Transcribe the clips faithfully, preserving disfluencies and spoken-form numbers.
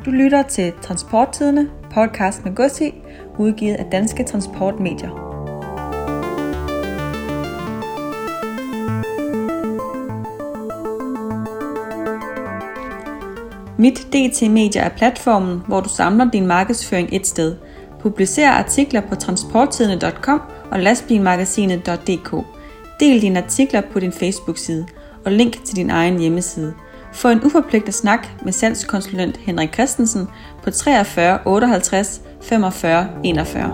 Du lytter til Transporttidene, podcast med gods i, udgivet af Danske Transportmedier. Mit D T Media er platformen, hvor du samler din markedsføring et sted. Publicer artikler på transporttidene punktum com og lastbilmagasinet punktum d k. Del dine artikler på din Facebook-side og link til din egen hjemmeside. Få en uforpligtet snak med salgskonsulent Henrik Christensen på treogfyrre otteoghalvtreds femogfyrre enogfyrre.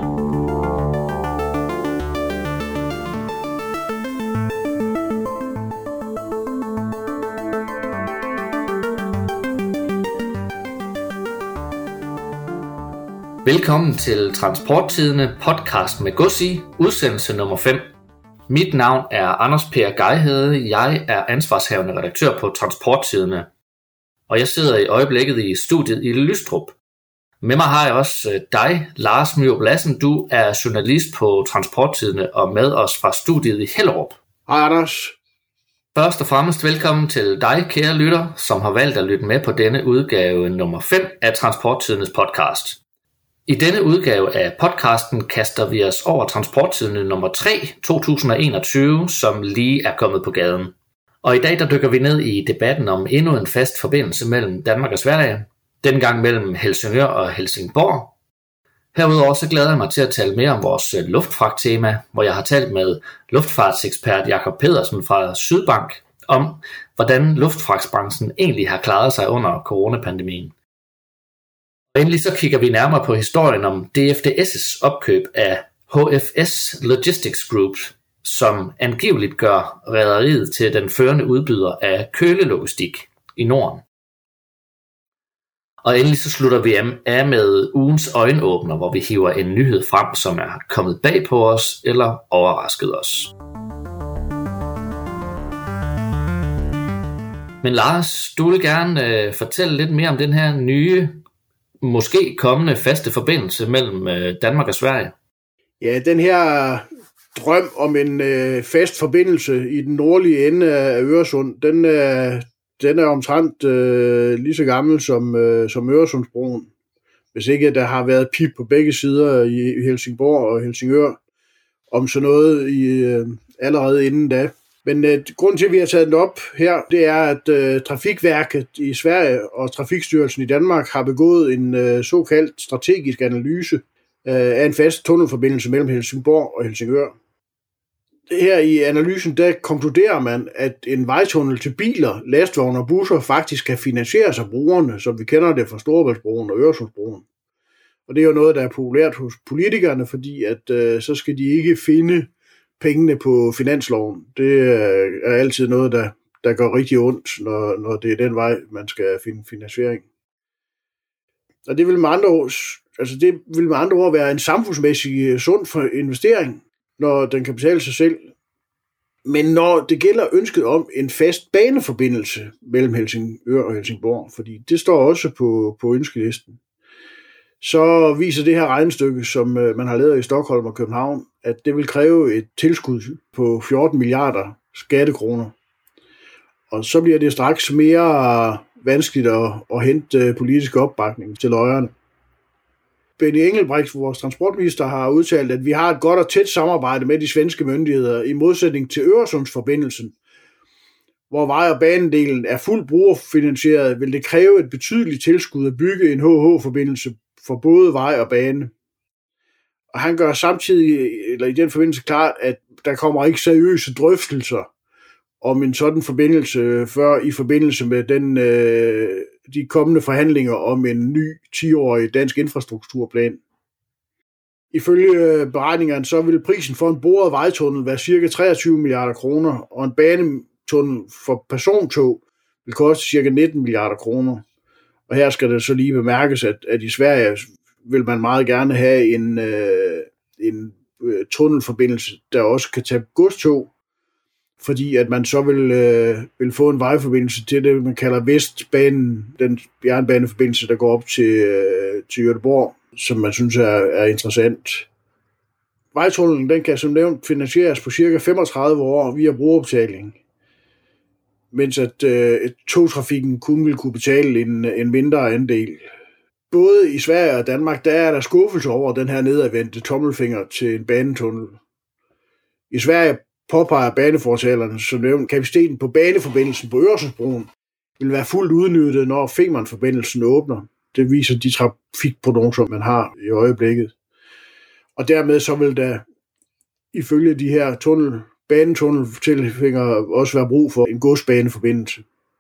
Velkommen til Transporttidene podcast med gods i, udsendelse nummer fem. Mit navn er Anders Per Geihede, jeg er ansvarshavende redaktør på Transporttidene, og jeg sidder i øjeblikket i studiet i Lystrup. Med mig har jeg også dig, Lars Myrup Lassen, du er journalist på Transporttidene og med os fra studiet i Hellerup. Hej Anders. Først og fremmest velkommen til dig, kære lytter, som har valgt at lytte med på denne udgave nummer fem af Transporttidenes podcast. I denne udgave af podcasten kaster vi os over Transporttidene nummer tre to tusind og enogtyve, som lige er kommet på gaden. Og i dag der dykker vi ned i debatten om endnu en fast forbindelse mellem Danmark og Sverige, dengang mellem Helsingør og Helsingborg. Herudover så glæder jeg mig til at tale mere om vores luftfragttema, hvor jeg har talt med luftfartsekspert Jakob Pedersen fra Sydbank om, hvordan luftfragtbranchen egentlig har klaret sig under coronapandemien. Og endelig så kigger vi nærmere på historien om D F D S' opkøb af H F S Logistics Group, som angiveligt gør rederiet til den førende udbyder af kølelogistik i Norden. Og endelig så slutter vi af med ugens øjenåbner, hvor vi hiver en nyhed frem, som er kommet bag på os eller overrasket os. Men Lars, du vil gerne øh, fortælle lidt mere om den her nye, måske kommende faste forbindelse mellem øh, Danmark og Sverige. Ja, den her drøm om en øh, fast forbindelse i den nordlige ende af Øresund, den, øh, den er omtrent øh, lige så gammel som, øh, som Øresundsbroen. Hvis ikke der har været pip på begge sider i Helsingborg og Helsingør om sådan noget i, øh, allerede inden da. Men øh, grunden til, at vi har taget den op her, det er, at øh, Trafikverket i Sverige og Trafikstyrelsen i Danmark har begået en øh, såkaldt strategisk analyse øh, af en fast tunnelforbindelse mellem Helsingborg og Helsingør. Her i analysen, der konkluderer man, at en vejtunnel til biler, lastvogne og busser faktisk kan finansieres af brugerne, som vi kender det fra Storebæltsbroen og Øresundsbroen. Og det er jo noget, der er populært hos politikerne, fordi at øh, så skal de ikke finde pengene på finansloven. Det er altid noget, der, der går rigtig ondt, når, når det er den vej, man skal finde finansiering. Og det vil med andre ord, altså det vil med andre ord være en samfundsmæssig sund for investering, når den kan betale sig selv. Men når det gælder ønsket om en fast baneforbindelse mellem Helsingør og Helsingborg, fordi det står også på, på ønskelisten, så viser det her regnestykke, som man har lavet i Stockholm og København, at det vil kræve et tilskud på fjorten milliarder skattekroner. Og så bliver det straks mere vanskeligt at, at hente politisk opbakning til løjerne. Benny Engelbrecht, vores transportminister, har udtalt, at vi har et godt og tæt samarbejde med de svenske myndigheder i modsætning til Øresundsforbindelsen, hvor vej- og banedelen er fuldt brugerfinansieret, vil det kræve et betydeligt tilskud at bygge en H H-forbindelse for både vej og bane. Og han gør samtidig, eller i den forbindelse klart, at der kommer ikke seriøse drøftelser om en sådan forbindelse før i forbindelse med den, øh, de kommende forhandlinger om en ny ti-årig dansk infrastrukturplan. Ifølge beregningerne så vil prisen for en boret vejtunnel være ca. treogtyve milliarder kroner, og en banetunnel for persontog vil koste ca. nitten milliarder kroner. Og her skal det så lige bemærkes, at, at i Sverige vil man meget gerne have en, øh, en øh, tunnelforbindelse, der også kan tage godstog, fordi at man så vil, øh, vil få en vejforbindelse til det, man kalder Vestbanen, den jernbaneforbindelse, der går op til, øh, til Göteborg, som man synes er, er interessant. Vejtunnelen, den kan som nævnt finansieres på cirka femogtredive år via brugerbetaling, mens at øh, togtrafikken kun vil kunne betale en, en mindre andel. både i Sverige og Danmark, der er der skuffelse over den her nedadvendte tommelfinger til en banetunnel. I Sverige påpeger banefortalerne, som nævnt, kapaciteten på baneforbindelsen på Øresundsbroen vil være fuldt udnyttet, når Femernforbindelsen åbner. Det viser de trafikprognoser, man har i øjeblikket. Og dermed så vil der ifølge de her tunnel, banetunneltilhængere også være brug for en godsbaneforbindelse.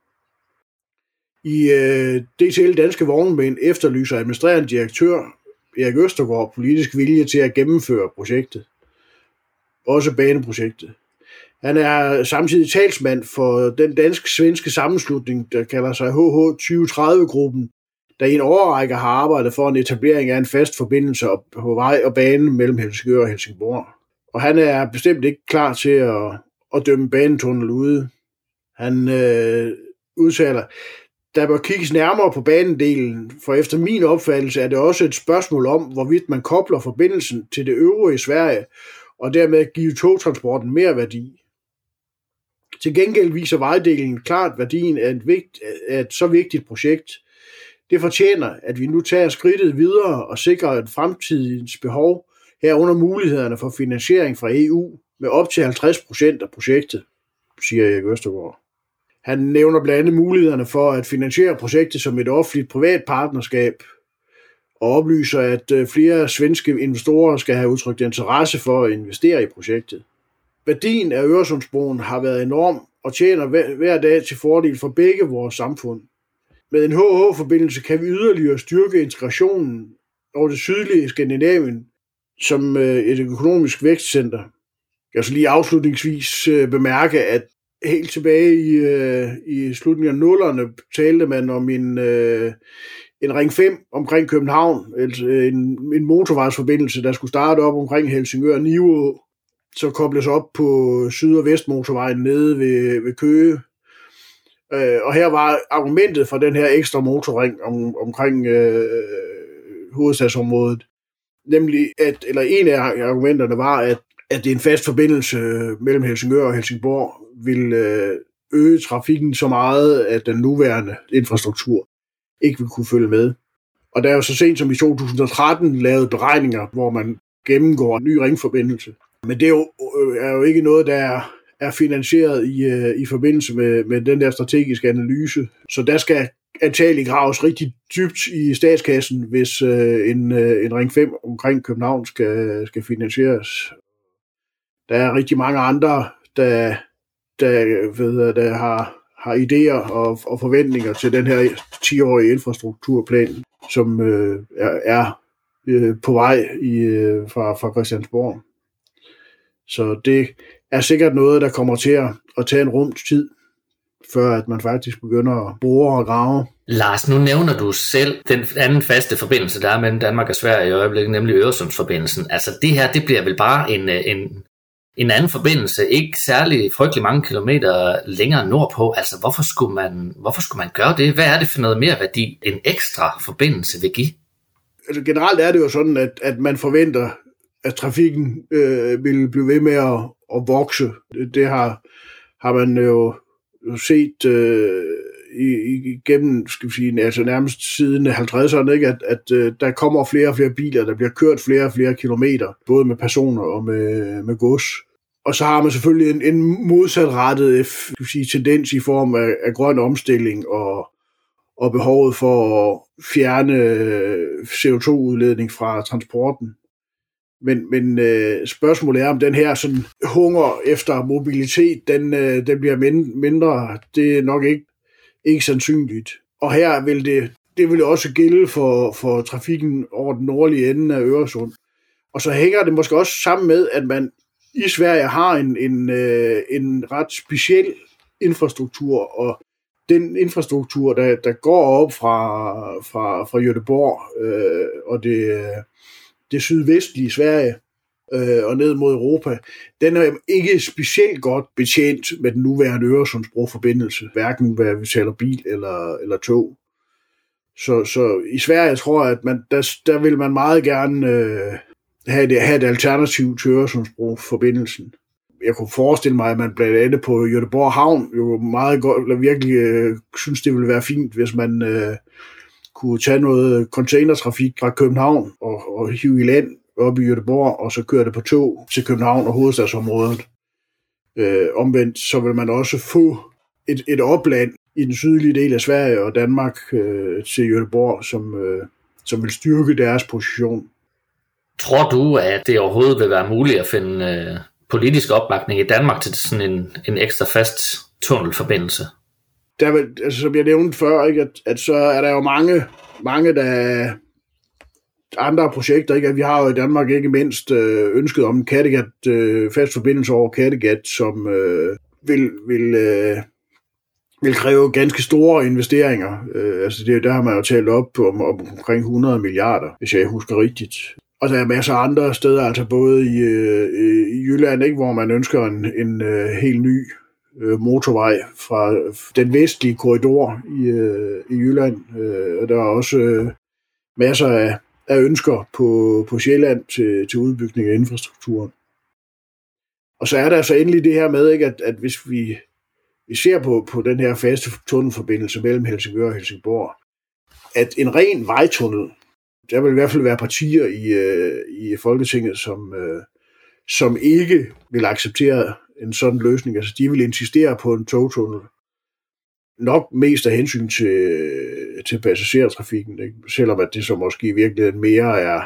I øh, D T L Danske Vognmænd efterlyser administrerende direktør Erik Østergaard politisk vilje til at gennemføre projektet. Også baneprojektet. Han er samtidig talsmand for den dansk-svenske sammenslutning, der kalder sig H H tyve tredive-gruppen, der i en årrække har arbejdet for en etablering af en fast forbindelse på vej og bane mellem Helsingør og Helsingborg. Og han er bestemt ikke klar til at, at dømme banetunnel ude. Han øh, udtaler, der bør kigges nærmere på banedelen, for efter min opfattelse er det også et spørgsmål om, hvorvidt man kobler forbindelsen til det øvrige Sverige, og dermed give togtransporten mere værdi. Til gengæld viser vejdelen klart værdien af et, vigt, af et så vigtigt projekt. Det fortjener, at vi nu tager skridtet videre og sikrer et fremtidens behov, herunder mulighederne for finansiering fra E U med op til halvtreds procent af projektet, siger Erik Østergaard. Han nævner blandt andet mulighederne for at finansiere projektet som et offentligt privat partnerskab, og oplyser, at flere svenske investorer skal have udtrykt interesse for at investere i projektet. Værdien af Øresundsbroen har været enorm og tjener hver dag til fordel for begge vores samfund. Med en H H-forbindelse kan vi yderligere styrke integrationen over det sydlige Skandinavien som et økonomisk vækstcenter. Jeg vil så lige afslutningsvis bemærke, at helt tilbage i, i slutningen af nullerne talte man om en, en Ring fem omkring København, en, en motorvejsforbindelse, der skulle starte op omkring Helsingør og Nivå, så kobles op på Syd- og Vestmotorvejen nede ved, ved Køge. Og her var argumentet for den her ekstra motorring om, omkring øh, hovedstadsområdet, nemlig at, eller en af argumenterne var, at, at det er en fast forbindelse mellem Helsingør og Helsingborg vil øh, øge trafikken så meget, at den nuværende infrastruktur ikke vil kunne følge med. Og der er jo så sent som i to tusind og tretten lavet beregninger, hvor man gennemgår en ny ringforbindelse. Men det er jo, er jo ikke noget, der er, er finansieret i, i forbindelse med, med den der strategiske analyse. Så der skal antageligt graves rigtig dybt i statskassen, hvis øh, en, øh, en Ring fem omkring København skal, skal finansieres. Der er rigtig mange andre, der, der, ved, der har, har idéer og, og forventninger til den her ti-årige infrastrukturplan, som øh, er, er øh, på vej i, øh, fra, fra Christiansborg. Så det er sikkert noget, der kommer til at, at tage en rums tid, før at man faktisk begynder at bore og grave. Lars, nu nævner du selv den anden faste forbindelse, der er mellem Danmark og Sverige i øjeblikket, nemlig Øresundsforbindelsen. Altså det her, det bliver vel bare en, en, en anden forbindelse, ikke særlig frygtelig mange kilometer længere nordpå. Altså hvorfor skulle man, hvorfor skulle man gøre det? Hvad er det for noget mere værdi, en ekstra forbindelse vil give? Altså generelt er det jo sådan, at, at man forventer, at trafikken øh, vil blive ved med at, at vokse. Det, det har, har man jo set øh, igennem, skal vi sige, altså nærmest siden halvtredserne, ikke? At, at øh, der kommer flere og flere biler, der bliver kørt flere og flere kilometer, både med personer og med, med gods. Og så har man selvfølgelig en, en modsatrettet skal vi sige, tendens i form af, af grøn omstilling og, og behovet for at fjerne C O to udledning fra transporten. Men, men øh, spørgsmålet er, om den her sådan, hunger efter mobilitet, den, øh, den bliver mindre. Det er nok ikke, ikke sandsynligt. Og her vil det, det vil også gælde for, for trafikken over den nordlige ende af Øresund. Og så hænger det måske også sammen med, at man i Sverige har en, en, øh, en ret speciel infrastruktur, og den infrastruktur, der, der går op fra, fra, fra Göteborg øh, og det det sydvestlige Sverige øh, og ned mod Europa, den er ikke specielt godt betjent med den nuværende Øresundsbroforbindelse, hverken hvad vi taler bil eller, eller tog. Så, så i Sverige tror jeg, at man, der, der vil man meget gerne øh, have, det, have et alternativ til Øresundsbroforbindelsen. Jeg kunne forestille mig, at man blandt andet på Göteborg Havn jo meget godt, eller virkelig øh, synes, det ville være fint, hvis man, øh, kunne tage noget containertrafik fra København og, og hive i land op i Göteborg, og så køre det på tog til København og hovedstadsområdet. Øh, omvendt så vil man også få et, et opland i den sydlige del af Sverige og Danmark øh, til Göteborg, som, øh, som vil styrke deres position. Tror du, at det overhovedet vil være muligt at finde øh, politisk opbakning i Danmark til sådan en, en ekstra fast tunnelforbindelse? Der vil, altså, som jeg nævnte før, ikke, at, at så er der jo mange, mange der andre projekter. Ikke? At vi har jo i Danmark ikke mindst øh, ønsket om en Kattegat, øh, fast forbindelse over Kattegat, som øh, vil, vil, øh, vil kræve ganske store investeringer. Øh, altså det, der har man jo talt op om, om omkring hundrede milliarder, hvis jeg husker rigtigt. Og der er masser af andre steder, altså både i, øh, i Jylland, ikke, hvor man ønsker en, en øh, helt ny øh, motorvej fra den vestlige korridor i, øh, i Jylland. Øh, og der er også øh, masser af, af ønsker på, på Sjælland til, til udbygning af infrastrukturen. Og så er der så endelig det her med, ikke, at, at hvis vi, vi ser på, på den her faste tunnelforbindelse mellem Helsingør og Helsingborg, at en ren vejtunnel, der vil i hvert fald være partier i, øh, i Folketinget, som, øh, som ikke vil acceptere en sådan løsning. Altså, de vil insistere på en togtunnel. Nok mest af hensyn til, til passagertrafikken, ikke? Selvom at det så måske i virkeligheden mere er,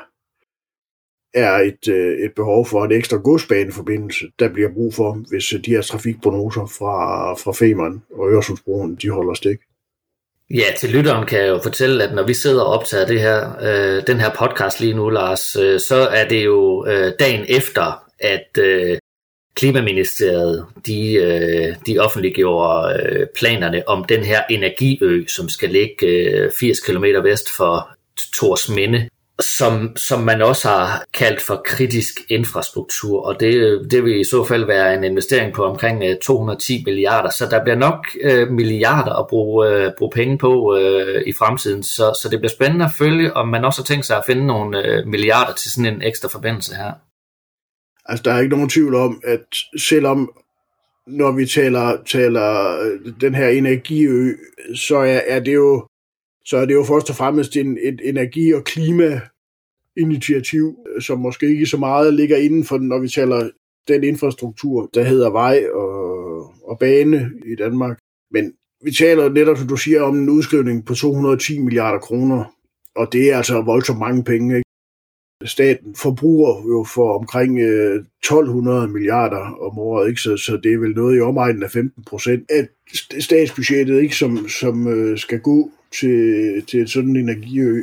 er et, øh, et behov for en ekstra godsbaneforbindelse, der bliver brug for, hvis de her trafikprognoser fra, fra Femern og Øresundsbroen, de holder stik. Ja, til lytteren kan jeg jo fortælle, at når vi sidder og optager det her, øh, den her podcast lige nu, Lars, øh, så er det jo øh, dagen efter, at øh, Klimaministeriet de, øh, de offentliggjorde øh, planerne om den her energiø, som skal ligge øh, firs kilometer vest for Thorsminde, som, som man også har kaldt for kritisk infrastruktur, og det, det vil i så fald være en investering på omkring to hundrede og ti milliarder, så der bliver nok øh, milliarder at bruge, øh, bruge penge på øh, i fremtiden, så, så det bliver spændende at følge, om man også har tænkt sig at finde nogle øh, milliarder til sådan en ekstra forbindelse her. Altså, der er ikke nogen tvivl om, at selvom når vi taler, taler den her energiø, så er, er det jo så er det jo først og fremmest en, et energi- og klimainitiativ, som måske ikke så meget ligger inden for, når vi taler den infrastruktur, der hedder vej og, og bane i Danmark. Men vi taler netop, som du siger, om en udskrivning på to hundrede og ti milliarder kroner, og det er altså voldsomt mange penge, ikke? Staten forbruger jo for omkring øh, tolv hundrede milliarder om året, ikke? Så, så det er vel noget i omegnen af femten procent af statsbudgettet, ikke? Som, som øh, skal gå til, til sådan en energiø.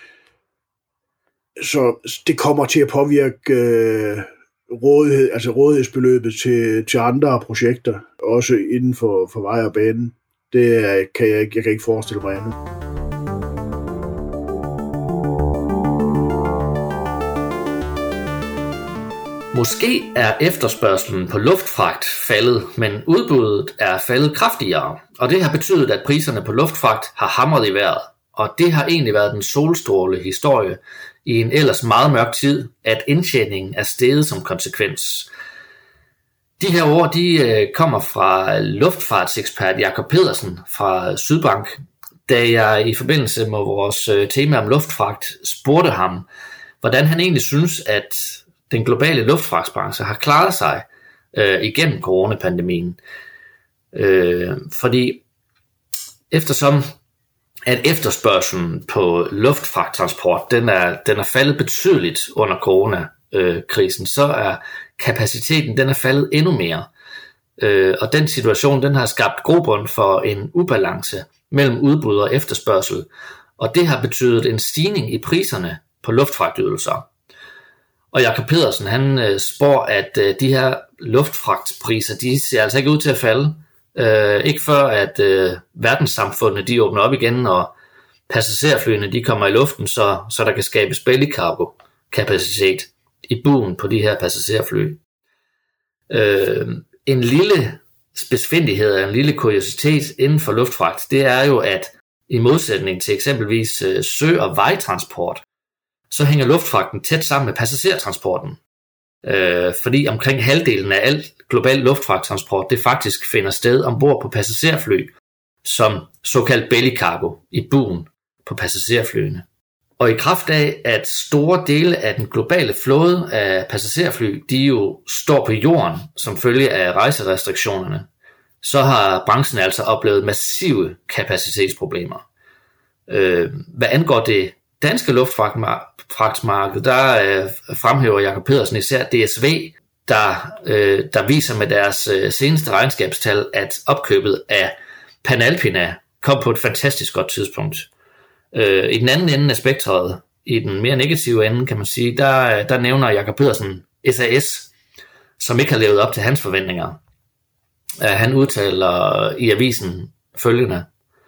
Så det kommer til at påvirke øh, rådighed, altså rådighedsbeløbet til, til andre projekter, også inden for, for vej og banen. Det er, kan jeg, jeg kan ikke forestille mig andet. Måske er efterspørgselen på luftfragt faldet, men udbuddet er faldet kraftigere, og det har betydet, at priserne på luftfragt har hamret i vejret. Og det har egentlig været den solstråle historie i en ellers meget mørk tid, at indtjeningen er steget som konsekvens. De her ord de kommer fra luftfartsekspert Jakob Pedersen fra Sydbank, da jeg i forbindelse med vores tema om luftfragt spurgte ham, hvordan han egentlig synes, at den globale luftfartsbranche har klaret sig øh, igennem coronapandemien. Øh, fordi eftersom at efterspørgselen på luftfragttransport den er, den er faldet betydeligt under coronakrisen, så er kapaciteten den er faldet endnu mere. Øh, og den situation den har skabt grobund for en ubalance mellem udbud og efterspørgsel, og det har betydet en stigning i priserne på luftfragtydelser. Og Jakob Pedersen, han øh, spår, at øh, de her luftfragtpriser, de ser altså ikke ud til at falde. Øh, ikke før, at øh, verdenssamfundet, de åbner op igen, og passagerflyene, de kommer i luften, så, så der kan skabes belly cargo kapacitet i buen på de her passagerfly. Øh, en lille spidsfindighed, en lille kuriositet inden for luftfragt, det er jo, at i modsætning til eksempelvis øh, sø- og vejtransport, så hænger luftfragten tæt sammen med passagertransporten. Øh, fordi omkring halvdelen af al global luftfragttransport, det faktisk finder sted ombord på passagerfly, som såkaldt belly cargo i buen på passagerflyene. Og i kraft af, at store dele af den globale flåde af passagerfly, de jo står på jorden som følge af rejserestriktionerne, så har branchen altså oplevet massive kapacitetsproblemer. Hvad angår det danske luftfragtmarked, der fremhæver Jakob Pedersen især D S V, der, der viser med deres seneste regnskabstal, at opkøbet af Panalpina kom på et fantastisk godt tidspunkt. I den anden ende af spektret, i den mere negative ende, kan man sige, der, der nævner Jakob Pedersen S A S, som ikke har levet op til hans forventninger. Han udtaler i avisen følgende: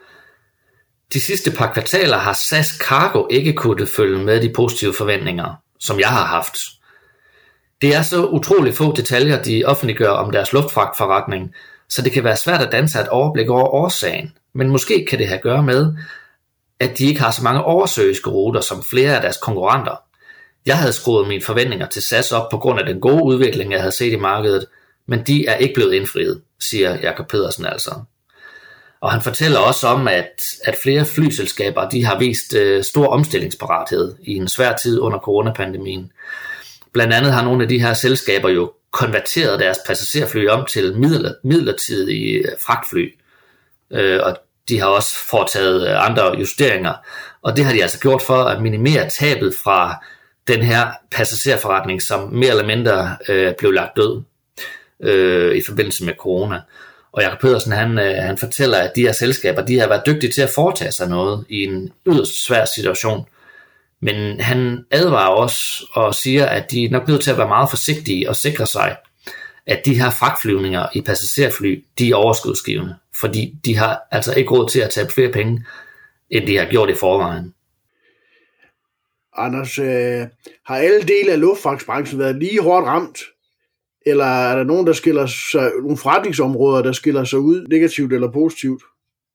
de sidste par kvartaler har S A S Cargo ikke kunnet følge med de positive forventninger, som jeg har haft. Det er så utroligt få detaljer, de offentliggør om deres luftfragtforretning, så det kan være svært at danne sig et overblik over årsagen. Men måske kan det have at gøre med, at de ikke har så mange oversøiske ruter som flere af deres konkurrenter. Jeg havde skruet mine forventninger til S A S op på grund af den gode udvikling, jeg havde set i markedet, men de er ikke blevet indfriet, siger Jakob Pedersen altså. Og han fortæller også om, at, at flere flyselskaber de har vist øh, stor omstillingsparathed i en svær tid under coronapandemien. Blandt andet har nogle af de her selskaber jo konverteret deres passagerfly om til midler, midlertidige fragtfly, øh, og de har også foretaget andre justeringer, og det har de altså gjort for at minimere tabet fra den her passagerforretning, som mere eller mindre øh, blev lagt død øh, i forbindelse med corona. Og Jakob Pedersen han, øh, han fortæller, at de her selskaber de har været dygtige til at foretage sig noget i en yderst svær situation. Men han advarer også og siger, at de er nok nødt til at være meget forsigtige og sikre sig, at de her fragtflyvninger i passagerfly, de er overskudsgivende, fordi de har altså ikke råd til at tabe flere penge, end de har gjort i forvejen. Anders, øh, har alle dele af luftfartsbranchen været lige hårdt ramt? Eller er der nogen, der skiller sig, nogle forretningsområder, der skiller sig ud negativt eller positivt?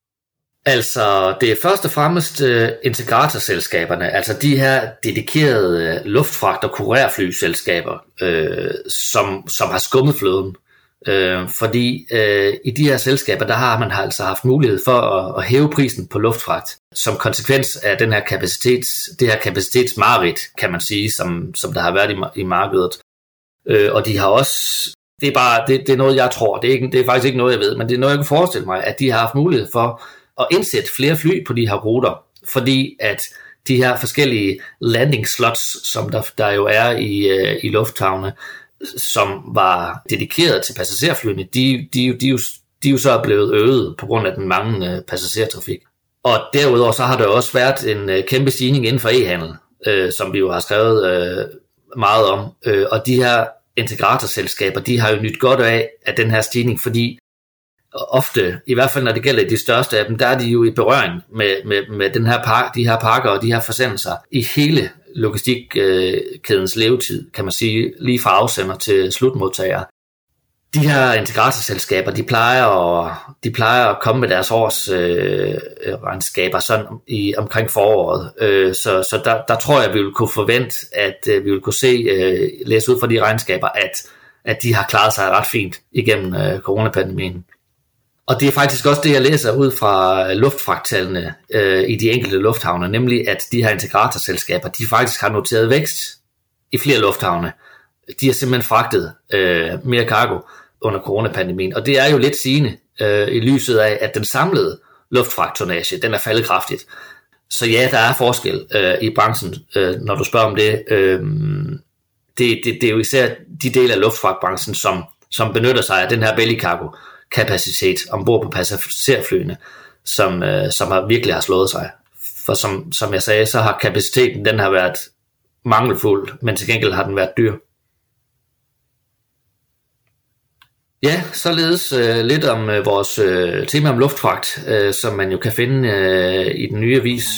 Altså, det er først og fremmest uh, integratorselskaberne, altså de her dedikerede uh, luftfragt- og kurerflyselskaber, uh, som, som har skummet flåden. Uh, fordi uh, i de her selskaber, der har man altså haft mulighed for at, at hæve prisen på luftfragt, som konsekvens af den her kapacitets, det her kapacitetsmareridt, kan man sige, som, som der har været i, i markedet. Uh, og de har også, det er bare, det, det er noget jeg tror, det er, ikke, det er faktisk ikke noget jeg ved, men det er noget jeg kan forestille mig, at de har haft mulighed for at indsætte flere fly på de her ruter, fordi at de her forskellige landing slots, som der, der jo er i, øh, i lufthavne, som var dedikeret til passagerflyene, de, de, de, de, de er jo så blevet øget på grund af den manglende passagertrafik. Og derudover så har der også været en øh, kæmpe stigning inden for e-handel, øh, som vi jo har skrevet øh, meget om. Øh, og de her integratorselskaber, de har jo nyt godt af, af den her stigning, fordi ofte, i hvert fald når det gælder de største af dem, der er de jo i berøring med, med, med den her park, de her pakker og de her forsendelser i hele logistikkædens levetid, kan man sige, lige fra afsender til slutmodtager. De her integratorselskaber, de plejer at, de plejer at komme med deres års øh, regnskaber sådan i, omkring foråret. Øh, så så der, der tror jeg, vi vil kunne forvente, at øh, vi vil kunne se, øh, læse ud fra de regnskaber, at, at de har klaret sig ret fint igennem øh, coronapandemien. Og det er faktisk også det, jeg læser ud fra luftfragttallene øh, i de enkelte lufthavne, nemlig at de her integratorselskaber, de faktisk har noteret vækst i flere lufthavne. De har simpelthen fragtet øh, mere cargo under coronapandemien, og det er jo lidt sigende øh, i lyset af, at den samlede luftfragttonnage, den er faldet kraftigt. Så ja, der er forskel øh, i branchen, øh, når du spørger om det. Øh, det, det. Det er jo især de dele af luftfragtbranchen, som, som benytter sig af den her belly cargo kapacitet ombord på passagerflyene, som, øh, som har virkelig har slået sig. For som, som jeg sagde, så har kapaciteten, den har været mangelfuld, men til gengæld har den været dyr. Ja, således øh, lidt om øh, vores øh, tema om luftfragt, øh, som man jo kan finde øh, i den nye avis.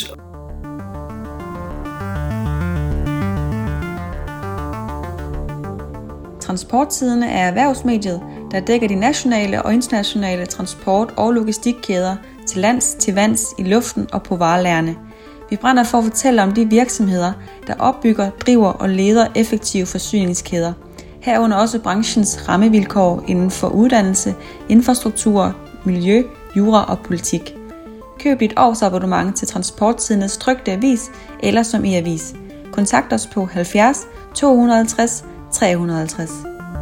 Transporttidene er erhvervsmediet, der dækker de nationale og internationale transport- og logistikkæder til lands, til vands, i luften og på varelagerne. Vi brænder for at fortælle om de virksomheder, der opbygger, driver og leder effektive forsyningskæder. Herunder også branchens rammevilkår inden for uddannelse, infrastruktur, miljø, jura og politik. Køb dit årsabonnement til Transporttidens trykte avis eller som e-avis. Kontakt os på halvfjerds to hundrede og halvtreds tre hundrede og halvtreds.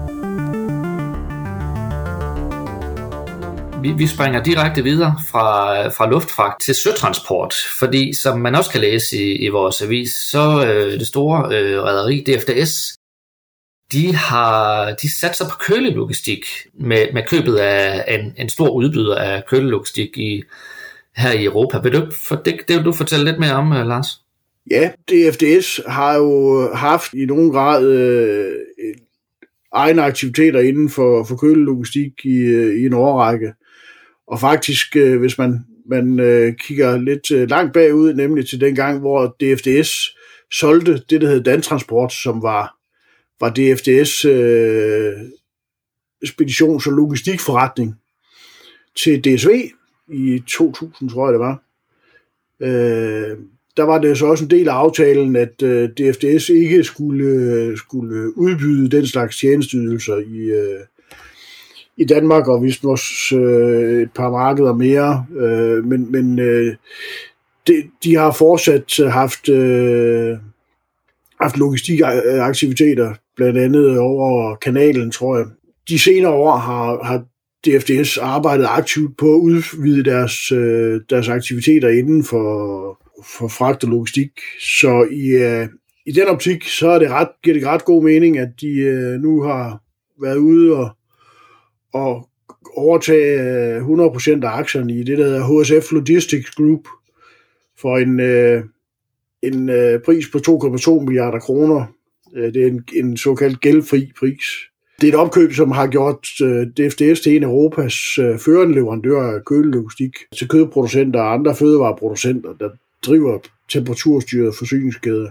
Vi, vi springer direkte videre fra, fra luftfragt til søtransport, fordi som man også kan læse i, i vores avis, så øh, det store øh, rederi D F D S, de har de satser på kølelogistik med, med købet af en, en stor udbyder af kølelogistik i, her i Europa. Vil du, for det, det vil du fortælle lidt mere om, Lars? Ja, D F D S har jo haft i nogen grad øh, egne aktiviteter inden for, for kølelogistik i, i en årrække. Og faktisk, øh, hvis man, man øh, kigger lidt øh, langt bagud, nemlig til den gang, hvor D F D S solgte det, der hed Dantransport, som var, var D F D S øh, speditions- og logistikforretning til D S V i to tusind, tror jeg det var. Øh, der var det så også en del af aftalen, at øh, D F D S ikke skulle, skulle udbyde den slags tjenesteydelser i øh, i Danmark, og vist også øh, et par markeder mere, øh, men, men øh, de, de har fortsat haft, øh, haft logistikaktiviteter, blandt andet over kanalen, tror jeg. De senere år har, har D F D S arbejdet aktivt på at udvide deres, øh, deres aktiviteter inden for, for fragt og logistik, så i, øh, i den optik, så er det ret, giver det ret god mening, at de øh, nu har været ude og og overtage hundrede procent af aktierne i det, der hedder H S F Logistics Group for en, øh, en øh, pris på to komma to milliarder kroner. Det er en, en såkaldt gældfri pris. Det er et opkøb, som har gjort øh, D F D S til en af Europas øh, førende leverandører af kølelogistik til kødproducenter og andre fødevareproducenter, der driver temperaturstyrede forsyningskæder.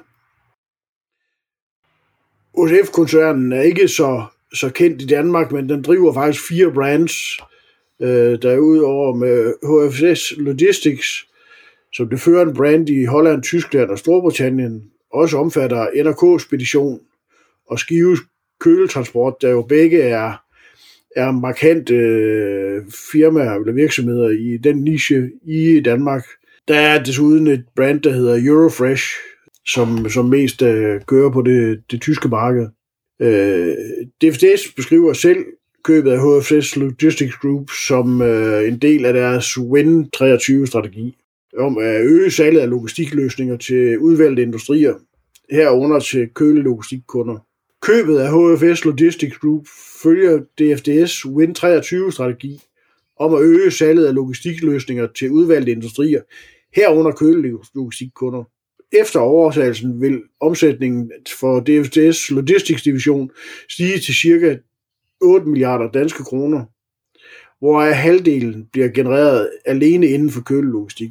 H S F-koncernen er ikke så så kendt i Danmark, men den driver faktisk fire brands, øh, der er udover med H F S Logistics, som det fører en brand i Holland, Tyskland og Storbritannien, også omfatter N R K Spedition og Skives Køletransport, der jo begge er, er markante øh, firmaer eller virksomheder i den niche i Danmark. Der er desuden et brand, der hedder Eurofresh, som, som mest øh, kører på det, det tyske marked. Øh, D F D S beskriver selv købet af H F S Logistics Group som øh, en del af deres Win treogtyve-strategi om at øge salget af logistikløsninger til udvalgte industrier, herunder til kølelogistikkunder. Købet af H F S Logistics Group følger D F D S Win treogtyve-strategi om at øge salget af logistikløsninger til udvalgte industrier, herunder kølelogistikkunder. Efter overtagelsen vil omsætningen for D F D S Logistics division stige til ca. otte milliarder danske kroner, hvoraf halvdelen bliver genereret alene inden for kølelogistik.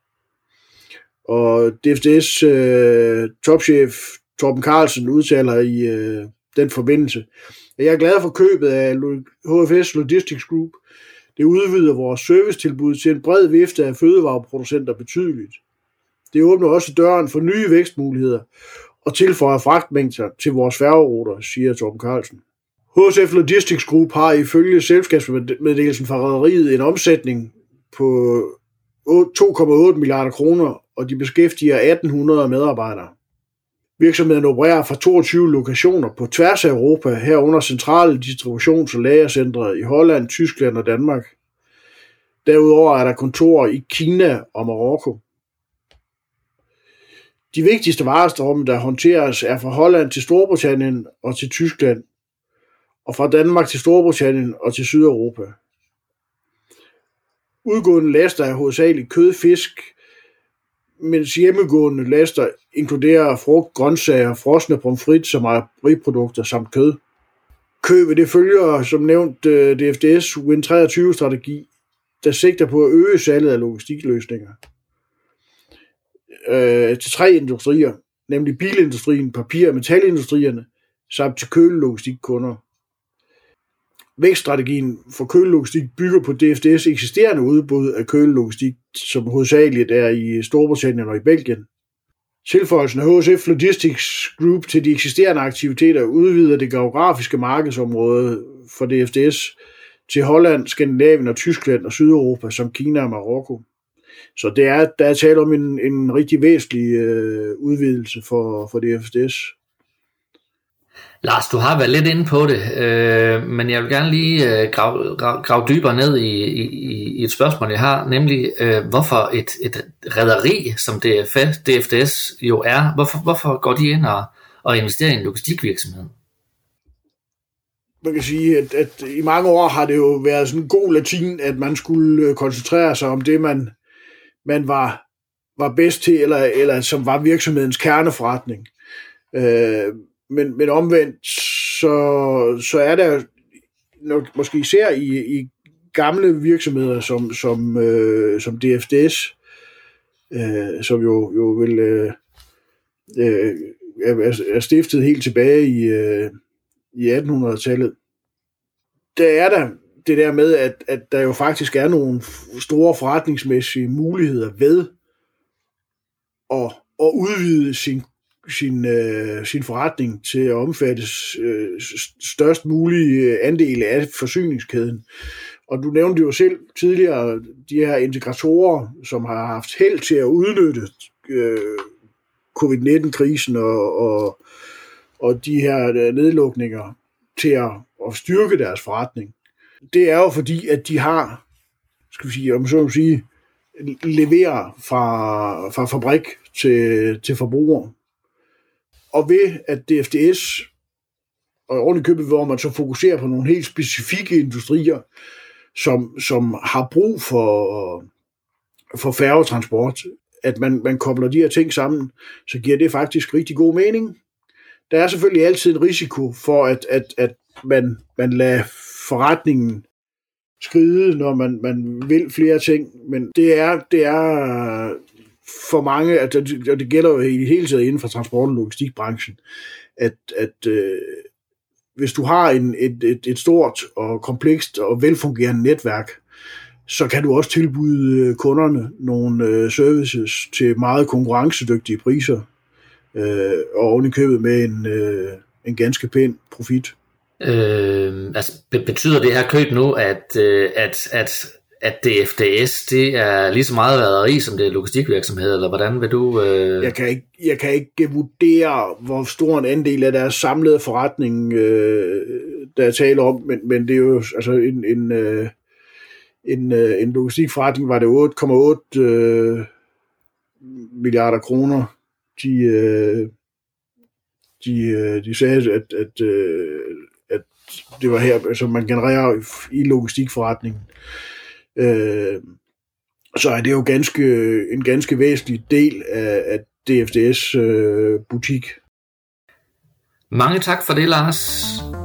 Og D F D S øh, topchef Torben Carlsen udtaler i øh, den forbindelse, at jeg er glad for købet af H F S Logistics Group. Det udvider vores servicetilbud til en bred vifte af fødevareproducenter betydeligt. Det åbner også døren for nye vækstmuligheder og tilføjer fragtmængder til vores færgeruter, siger Torben Carlsen. H S F Logistics Group har ifølge selskabsmeddelelsen fra rederiet en omsætning på to komma otte milliarder kroner, og de beskæftiger atten hundrede medarbejdere. Virksomheden opererer fra toogtyve lokationer på tværs af Europa, herunder centrale distributions- og lagercentre i Holland, Tyskland og Danmark. Derudover er der kontorer i Kina og Marokko. De vigtigste varestrømme, der håndteres, er fra Holland til Storbritannien og til Tyskland, og fra Danmark til Storbritannien og til Sydeuropa. Udgående laster er hovedsageligt kød, fisk, mens hjemmegående laster inkluderer frugt, grøntsager, frosne pomfrit som mejeriprodukter samt kød. Købet det følger som nævnt D F D S Win treogtyve-strategi, der sigter på at øge salget af logistikløsninger øh, til tre industrier, nemlig bilindustrien, papir- og metalindustrierne samt til kølelogistikkunder. Vækststrategien for kølelogistik bygger på D F D S eksisterende udbud af kølelogistik, som hovedsageligt er i Storbritannien og i Belgien. Tilføjelsen af H S F Logistics Group til de eksisterende aktiviteter udvider det geografiske markedsområde for D F D S til Holland, Skandinavien og Tyskland og Sydeuropa som Kina og Marokko. Så det er, der er tale om en, en rigtig væsentlig øh, udvidelse for, for D F D S. Lars, du har været lidt inde på det, øh, men jeg vil gerne lige øh, grave, grave, grave dybere ned i, i, i et spørgsmål, jeg har, nemlig øh, hvorfor et, et rederi som D F S, D F D S jo er, hvorfor, hvorfor går de ind og, og investerer i en logistikvirksomhed? Man kan sige, at, at i mange år har det jo været sådan en god latin, at man skulle koncentrere sig om det, man, man var, var bedst til, eller, eller som var virksomhedens kerneforretning. Øh, men, men omvendt, så, så er der måske især i, i gamle virksomheder, som, som, øh, som D F D S, øh, som jo, jo vil øh, øh, er, er stiftet helt tilbage i øh, i attenhundredetallet, der er der det der med, at, at der jo faktisk er nogle store forretningsmæssige muligheder ved at, at udvide sin, sin, øh, sin forretning til at omfatte øh, størst mulige andel af forsyningskæden. Og du nævnte jo selv tidligere de her integratorer, som har haft held til at udnytte øh, covid nitten-krisen og, og og de her nedlukninger til at, at styrke deres forretning. Det er jo fordi, at de har, skal vi sige, om så at sige, leverer fra, fra fabrik til, til forbruger. Og ved at D F D S, og ordentligt købet, hvor man så fokuserer på nogle helt specifikke industrier, som, som har brug for, for færgetransport, at man, man kobler de her ting sammen, så giver det faktisk rigtig god mening. Der er selvfølgelig altid en risiko for, at, at, at man, man lader forretningen skride, når man, man vil flere ting, men det er, det er for mange, at det, og det gælder jo i det hele taget inden for transport- og logistikbranchen, at, at øh, hvis du har en, et, et, et stort og komplekst og velfungerende netværk, så kan du også tilbyde kunderne nogle øh, services til meget konkurrencedygtige priser, øh, og ovenikøbet med en, øh, en ganske pæn profit. Øh, altså, betyder det her køb nu, at, øh, at, at, at D F D S, det er lige så meget rederi, som det er logistikvirksomhed, eller hvordan vil du... Øh... Jeg, kan ikke, jeg kan ikke vurdere, hvor stor en andel af deres samlede forretning, øh, der er tale om, men, men det er jo altså en... en øh, En, en logistikforretning var det otte komma otte øh, milliarder kroner. De, øh, de, øh, de sagde, at, at, øh, at det var her, som man genererer i logistikforretningen. Øh, så er det jo ganske, en ganske væsentlig del af, af D F D S øh, butik. Mange tak for det, Lars.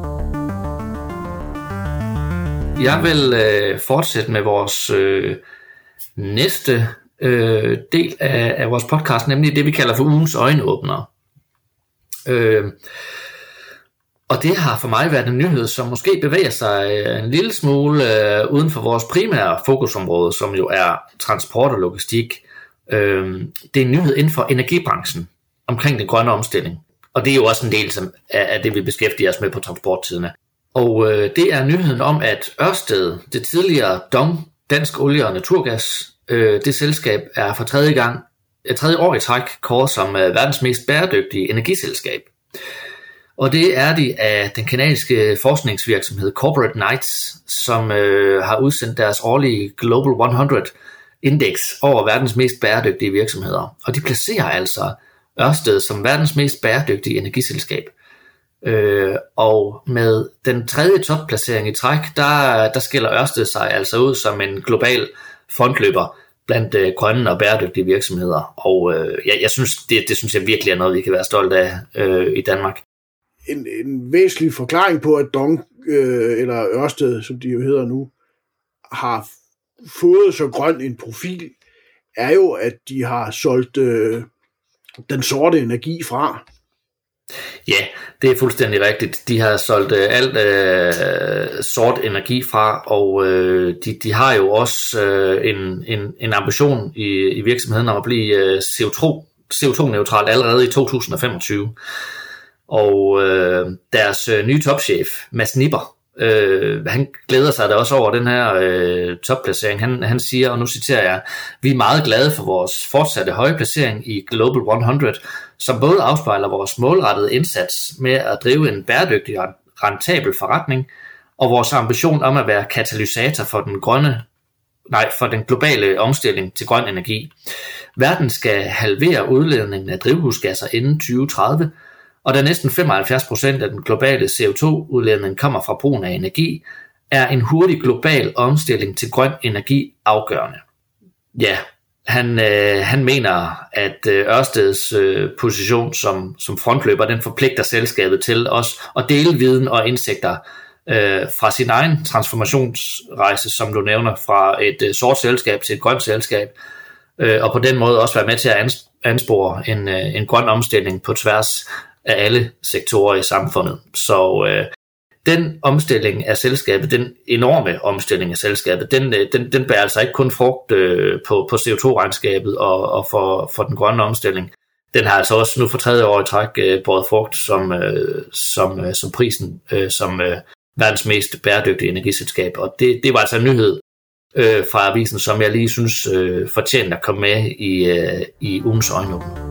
Jeg vil øh, fortsætte med vores øh, næste øh, del af, af vores podcast, nemlig det, vi kalder for ugens øjenåbner. Øh, og det har for mig været en nyhed, som måske bevæger sig en lille smule øh, uden for vores primære fokusområde, som jo er transport og logistik. Øh, det er en nyhed inden for energibranchen omkring den grønne omstilling. Og det er jo også en del som, af, af det, vi beskæftiger os med på transporttidene. Og øh, det er nyheden om, at Ørsted, det tidligere DONG, Dansk Olie og Naturgas, øh, det selskab er for tredje gang, tredje år i træk kåret som øh, verdens mest bæredygtige energiselskab. Og det er de af den kanadiske forskningsvirksomhed Corporate Knights, som øh, har udsendt deres årlige Global hundrede Index over verdens mest bæredygtige virksomheder. Og de placerer altså Ørsted som verdens mest bæredygtige energiselskab. Øh, og med den tredje topplacering i træk, der, der skiller Ørsted sig altså ud som en global frontløber blandt øh, grønne og bæredygtige virksomheder. Og øh, jeg, jeg synes, det, det synes jeg virkelig er noget, vi kan være stolte af øh, i Danmark. En, en væsentlig forklaring på, at DONG, øh, eller Ørsted, som de jo hedder nu, har fået så grøn en profil, er jo, at de har solgt øh, den sorte energi fra. Ja, det er fuldstændig rigtigt. De har solgt øh, alt øh, sort energi fra, og øh, de, de har jo også øh, en, en, en ambition i, i virksomheden om at blive øh, C O to neutralt allerede i to tusind og femogtyve. Og øh, deres øh, nye topchef, Mads Nipper, Øh, han glæder sig da også over den her øh, topplacering. Han, han siger, og nu citerer jeg, vi er meget glade for vores fortsatte høje placering i Global hundrede, som både afspejler vores målrettede indsats med at drive en bæredygtig og rentabel forretning, og vores ambition om at være katalysator for den grønne, nej, for den globale omstilling til grøn energi. Verden skal halvere udledningen af drivhusgasser inden tyve tredive, og da næsten femoghalvfjerds procent af den globale C O to udledning kommer fra brugen af energi, er en hurtig global omstilling til grøn energi afgørende. Ja, han, øh, han mener, at øh, Ørsteds øh, position som, som frontløber, den forpligter selskabet til også at dele viden og indsigter øh, fra sin egen transformationsrejse, som du nævner, fra et øh, sort selskab til et grønt selskab, øh, og på den måde også være med til at anspore en, øh, en grøn omstilling på tværs af alle sektorer i samfundet. Så øh, den omstilling af selskabet, den enorme omstilling af selskabet, den, den, den bærer altså ikke kun frugt øh, på, på C O to regnskabet og, og for, for den grønne omstilling. Den har altså også nu for tredje år i træk øh, båret frugt som, øh, som, øh, som prisen øh, som øh, verdens mest bæredygtige energiselskab. Og det, det var altså en nyhed øh, fra avisen, som jeg lige synes øh, fortjener at komme med i, øh, i ugens øjenåbner.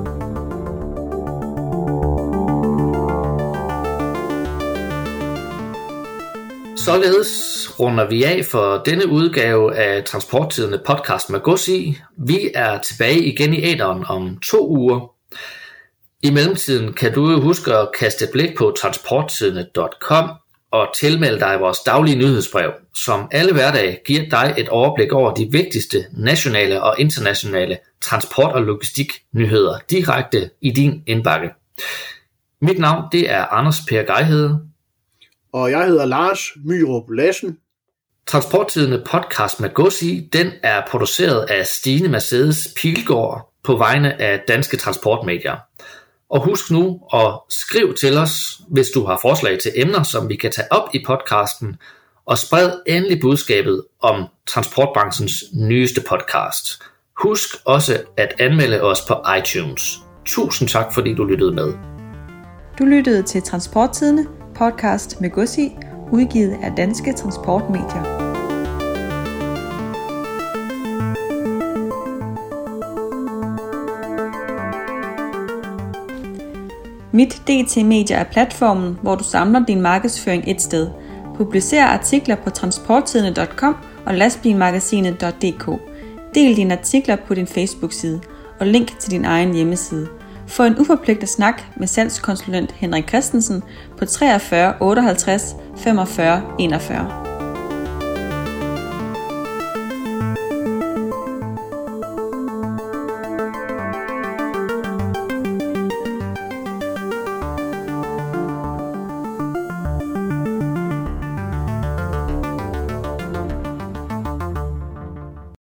Således runder vi af for denne udgave af Transporttidene podcast med gods i. Vi er tilbage igen i æteren om to uger. I mellemtiden kan du jo huske at kaste et blik på transporttidene punktum com og tilmelde dig vores daglige nyhedsbrev, som alle hverdage giver dig et overblik over de vigtigste nationale og internationale transport- og logistiknyheder direkte i din indbakke. Mit navn det er Anders Per Geihede. Og jeg hedder Lars Myrup Lassen. Transporttidene podcast med gods i, den er produceret af Stine Mercedes Pilgaard på vegne af Danske Transportmedier. Og husk nu at skriv til os, hvis du har forslag til emner, som vi kan tage op i podcasten, og spred endelig budskabet om transportbranchens nyeste podcast. Husk også at anmelde os på iTunes. Tusind tak, fordi du lyttede med. Du lyttede til Transporttidene podcast med gods i, udgivet af Danske Transportmedier. Mit D T Media er platformen, hvor du samler din markedsføring et sted. Publicer artikler på transporttidene punktum com og lastbilmagasinet punktum d k. Del dine artikler på din Facebook-side og link til din egen hjemmeside. Få en uforpligtet snak med salgskonsulent Henrik Christensen på treogfyrre otteoghalvtreds femogfyrre enogfyrre.